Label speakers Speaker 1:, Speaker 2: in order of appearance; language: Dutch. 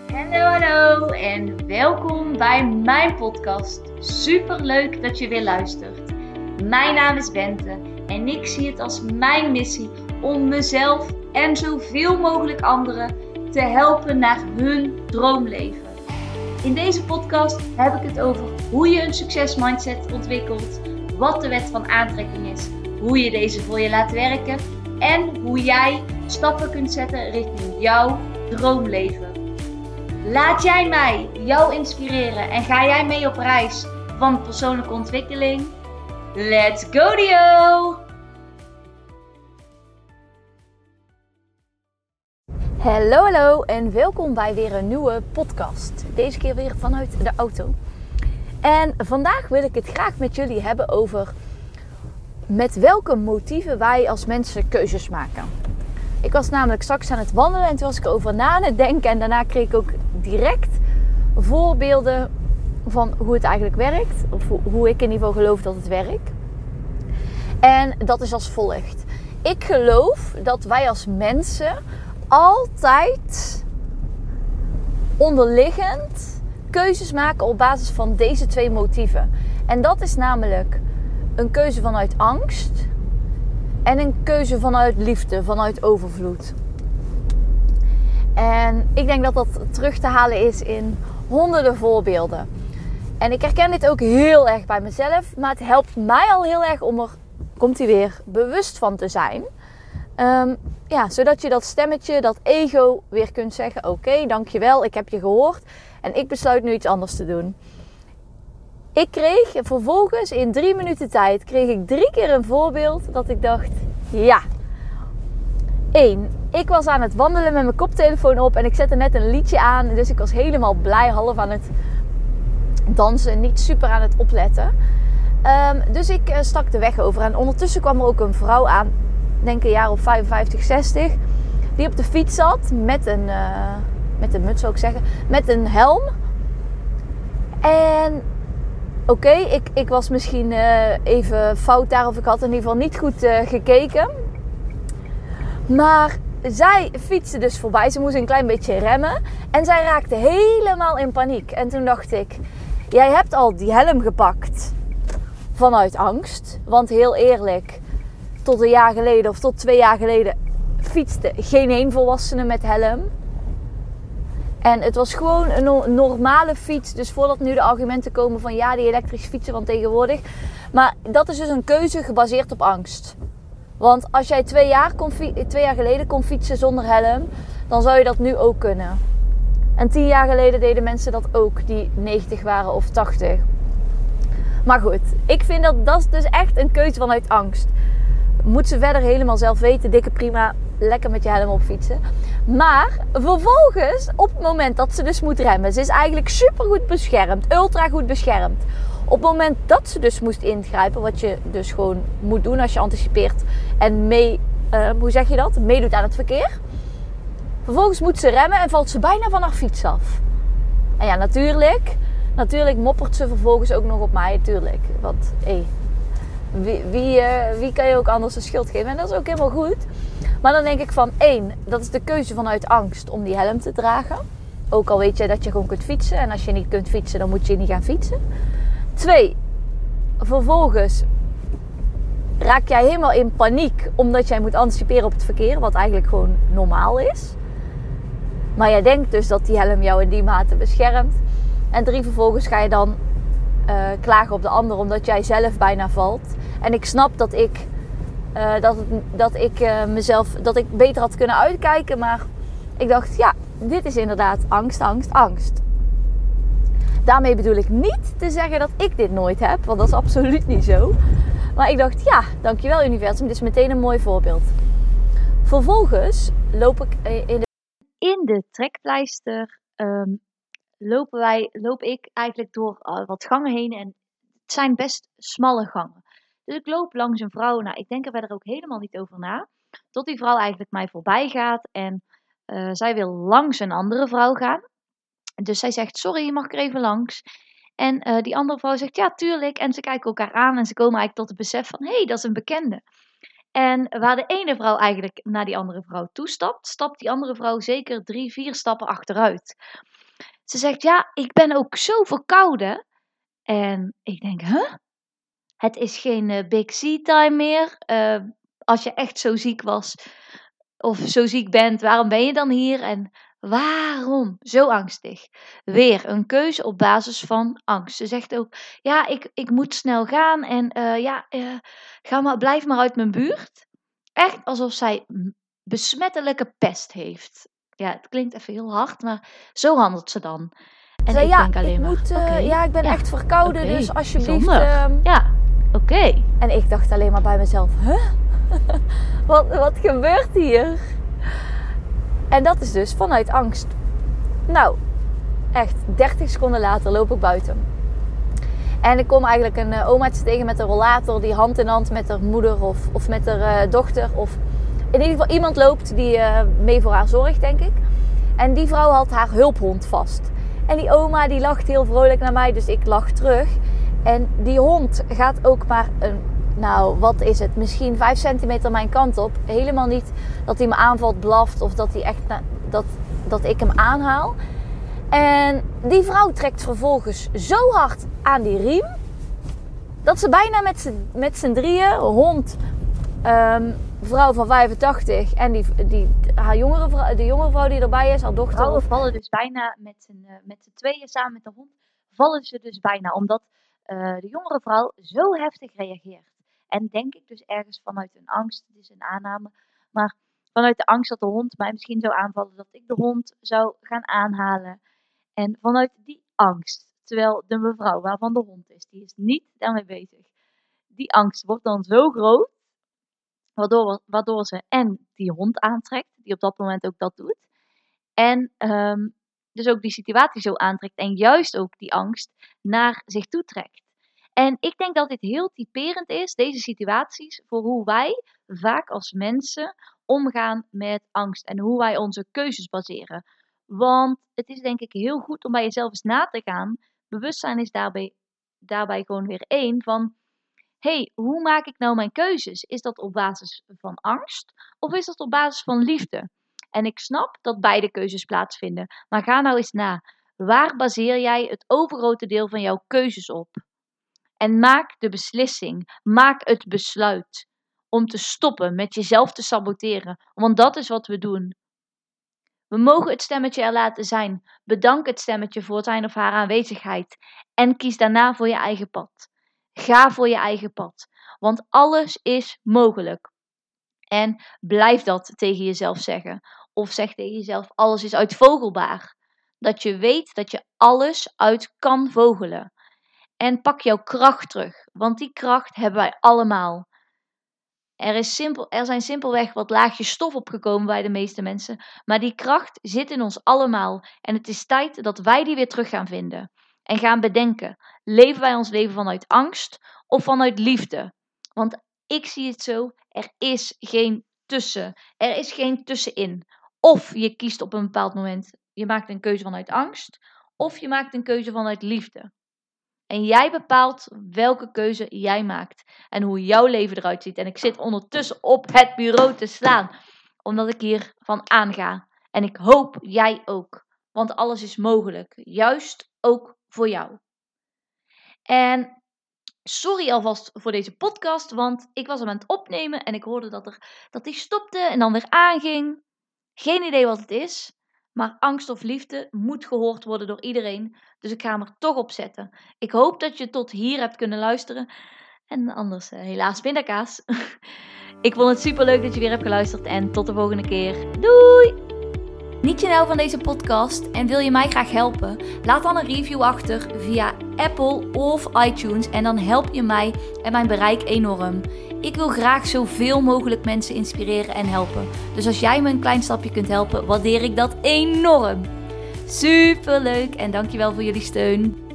Speaker 1: Hallo en welkom bij mijn podcast. Super leuk dat je weer luistert. Mijn naam is Bente en ik zie het als mijn missie om mezelf en zoveel mogelijk anderen te helpen naar hun droomleven. In deze podcast heb ik het over hoe je een succesmindset ontwikkelt, wat de wet van aantrekking is, hoe je deze voor je laat werken en hoe jij stappen kunt zetten richting jouw droomleven. Laat jij mij jou inspireren en ga jij mee op reis van persoonlijke ontwikkeling? Let's go Dio!
Speaker 2: Hallo en welkom bij weer een nieuwe podcast. Deze keer weer vanuit de auto. En vandaag wil ik het graag met jullie hebben over met welke motieven wij als mensen keuzes maken. Ik was namelijk straks aan het wandelen en toen was ik erover na aan het denken. En daarna kreeg ik ook direct voorbeelden van hoe het eigenlijk werkt. Of hoe ik in ieder geval geloof dat het werkt. En dat is als volgt. Ik geloof dat wij als mensen altijd onderliggend keuzes maken op basis van deze twee motieven. En dat is namelijk een keuze vanuit angst en een keuze vanuit liefde, vanuit overvloed. En ik denk dat dat terug te halen is in honderden voorbeelden. En ik herken dit ook heel erg bij mezelf, maar het helpt mij al heel erg om er, komt ie weer, bewust van te zijn. Zodat je dat stemmetje, dat ego weer kunt zeggen, oké, dankjewel, ik heb je gehoord en ik besluit nu iets anders te doen. Ik kreeg vervolgens in 3 minuten tijd, 3 keer een voorbeeld dat ik dacht, ja. 1. Ik was aan het wandelen met mijn koptelefoon op en ik zette net een liedje aan. Dus ik was helemaal blij, half aan het dansen, niet super aan het opletten. Dus ik stak de weg over en ondertussen kwam er ook een vrouw aan, denk een jaar of 55, 60, die op de fiets zat met een muts zou ik zeggen, met een helm. En oké, ik was misschien even fout daar of ik had in ieder geval niet goed gekeken. Maar zij fietste dus voorbij, ze moest een klein beetje remmen en zij raakte helemaal in paniek. En toen dacht ik, jij hebt al die helm gepakt vanuit angst, want heel eerlijk, tot een jaar geleden of tot 2 jaar geleden fietste geen één volwassene met helm. En het was gewoon een normale fiets. Dus voordat nu de argumenten komen van ja, die elektrische fietsen van tegenwoordig. Maar dat is dus een keuze gebaseerd op angst. Want als jij 2 jaar geleden kon fietsen zonder helm, dan zou je dat nu ook kunnen. En 10 jaar geleden deden mensen dat ook, die 90 waren of 80. Maar goed, ik vind dat is dus echt een keuze vanuit angst. Moet ze verder helemaal zelf weten, dikke prima, lekker met je helm op fietsen. Maar vervolgens, op het moment dat ze dus moet remmen, ze is eigenlijk super goed beschermd, ultra goed beschermd. Op het moment dat ze dus moest ingrijpen, wat je dus gewoon moet doen als je anticipeert en meedoet aan het verkeer. Vervolgens moet ze remmen en valt ze bijna van haar fiets af. En ja, natuurlijk moppert ze vervolgens ook nog op mij, natuurlijk. Want wie kan je ook anders de schuld geven? En dat is ook helemaal goed. Maar dan denk ik van 1, dat is de keuze vanuit angst om die helm te dragen. Ook al weet je dat je gewoon kunt fietsen. En als je niet kunt fietsen, dan moet je niet gaan fietsen. 2, vervolgens raak jij helemaal in paniek omdat jij moet anticiperen op het verkeer. Wat eigenlijk gewoon normaal is. Maar jij denkt dus dat die helm jou in die mate beschermt. En 3, vervolgens ga je dan klagen op de ander omdat jij zelf bijna valt. En ik snap dat ik beter had kunnen uitkijken. Maar ik dacht, ja, dit is inderdaad angst. Daarmee bedoel ik niet te zeggen dat ik dit nooit heb. Want dat is absoluut niet zo. Maar ik dacht, ja, dankjewel universum. Dit is meteen een mooi voorbeeld. Vervolgens loop ik in de trekpleister. Loop ik eigenlijk door wat gangen heen. En het zijn best smalle gangen. Dus ik loop langs een vrouw. Nou, ik denk er verder ook helemaal niet over na. Tot die vrouw eigenlijk mij voorbij gaat. En zij wil langs een andere vrouw gaan. Dus zij zegt, sorry, mag ik er even langs? En die andere vrouw zegt, ja, tuurlijk. En ze kijken elkaar aan en ze komen eigenlijk tot het besef van, hé, dat is een bekende. En waar de ene vrouw eigenlijk naar die andere vrouw toestapt, stapt die andere vrouw zeker 3-4 stappen achteruit.
Speaker 1: Ze zegt, ja, ik ben ook zo verkouden. En ik denk, huh? Het is geen big C-time meer. Als je echt zo ziek was of zo ziek bent, waarom ben je dan hier? En waarom zo angstig? Weer een keuze op basis van angst. Ze zegt ook, ja, ik moet snel gaan en blijf maar uit mijn buurt. Echt alsof zij besmettelijke pest heeft. Ja, het klinkt even heel hard, maar zo handelt ze dan. En
Speaker 2: Zei,
Speaker 1: ik denk alleen maar,
Speaker 2: ik ben echt verkouden, dus alsjeblieft.
Speaker 1: Ja, oké.
Speaker 2: En ik dacht alleen maar bij mezelf, huh? Wat gebeurt hier? En dat is dus vanuit angst. Nou, echt 30 seconden later loop ik buiten. En ik kom eigenlijk een omaatje tegen met een rollator die hand in hand met haar moeder of met haar dochter. Of in ieder geval iemand loopt die mee voor haar zorgt, denk ik. En die vrouw had haar hulphond vast. En die oma die lacht heel vrolijk naar mij, dus ik lach terug. En die hond gaat ook maar wat is het? Misschien 5 centimeter mijn kant op. Helemaal niet dat hij me aanvalt, blaft of dat hij echt dat ik hem aanhaal. En die vrouw trekt vervolgens zo hard aan die riem dat ze bijna met z'n drieën, hond, vrouw van 85 en de jongere vrouw die erbij is, haar dochter.
Speaker 1: Vrouwen vallen dus bijna met z'n tweeën samen met de hond, vallen ze dus bijna omdat de jongere vrouw zo heftig reageert. En denk ik dus ergens vanuit een angst, het is een aanname, maar vanuit de angst dat de hond mij misschien zou aanvallen, dat ik de hond zou gaan aanhalen. En vanuit die angst, terwijl de mevrouw waarvan de hond is, die is niet daarmee bezig. Die angst wordt dan zo groot, waardoor ze en die hond aantrekt, die op dat moment ook dat doet. En dus ook die situatie zo aantrekt en juist ook die angst naar zich toe trekt. En ik denk dat dit heel typerend is, deze situaties, voor hoe wij vaak als mensen omgaan met angst en hoe wij onze keuzes baseren. Want het is denk ik heel goed om bij jezelf eens na te gaan. Bewustzijn is daarbij gewoon weer één van, hoe maak ik nou mijn keuzes? Is dat op basis van angst of is dat op basis van liefde? En ik snap dat beide keuzes plaatsvinden, maar ga nou eens na. Waar baseer jij het overgrote deel van jouw keuzes op? En maak de beslissing, maak het besluit om te stoppen met jezelf te saboteren. Want dat is wat we doen. We mogen het stemmetje er laten zijn. Bedank het stemmetje voor zijn of haar aanwezigheid. En kies daarna voor je eigen pad. Ga voor je eigen pad. Want alles is mogelijk. En blijf dat tegen jezelf zeggen. Of zeg tegen jezelf, alles is uitvogelbaar. Dat je weet dat je alles uit kan vogelen. En pak jouw kracht terug, want die kracht hebben wij allemaal. Er zijn simpelweg wat laagjes stof opgekomen bij de meeste mensen, maar die kracht zit in ons allemaal. En het is tijd dat wij die weer terug gaan vinden. En gaan bedenken, leven wij ons leven vanuit angst of vanuit liefde? Want ik zie het zo, er is geen tussen. Er is geen tussenin. Of je kiest op een bepaald moment, je maakt een keuze vanuit angst, of je maakt een keuze vanuit liefde. En jij bepaalt welke keuze jij maakt. En hoe jouw leven eruit ziet. En ik zit ondertussen op het bureau te slaan. Omdat ik hiervan aanga. En ik hoop jij ook. Want alles is mogelijk. Juist ook voor jou. En sorry alvast voor deze podcast. Want ik was hem aan het opnemen. En ik hoorde dat die stopte en dan weer aanging. Geen idee wat het is. Maar angst of liefde moet gehoord worden door iedereen. Dus ik ga hem er toch op zetten. Ik hoop dat je tot hier hebt kunnen luisteren. En anders helaas pindakaas. Ik vond het superleuk dat je weer hebt geluisterd. En tot de volgende keer. Doei! Niet je nou van deze podcast en wil je mij graag helpen? Laat dan een review achter via Apple of iTunes. En dan help je mij en mijn bereik enorm. Ik wil graag zoveel mogelijk mensen inspireren en helpen. Dus als jij me een klein stapje kunt helpen, waardeer ik dat enorm. Superleuk en dankjewel voor jullie steun.